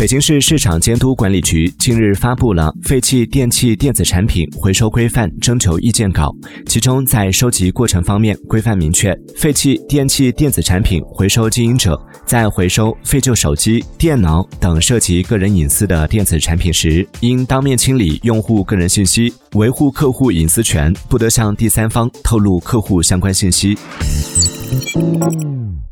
北京市市场监督管理局近日发布了《废弃电器电子产品回收规范》征求意见稿，其中在收集过程方面规范明确，废弃电器电子产品回收经营者在回收废旧手机、电脑等涉及个人隐私的电子产品时，应当面清理用户个人信息，维护客户隐私权，不得向第三方透露客户相关信息。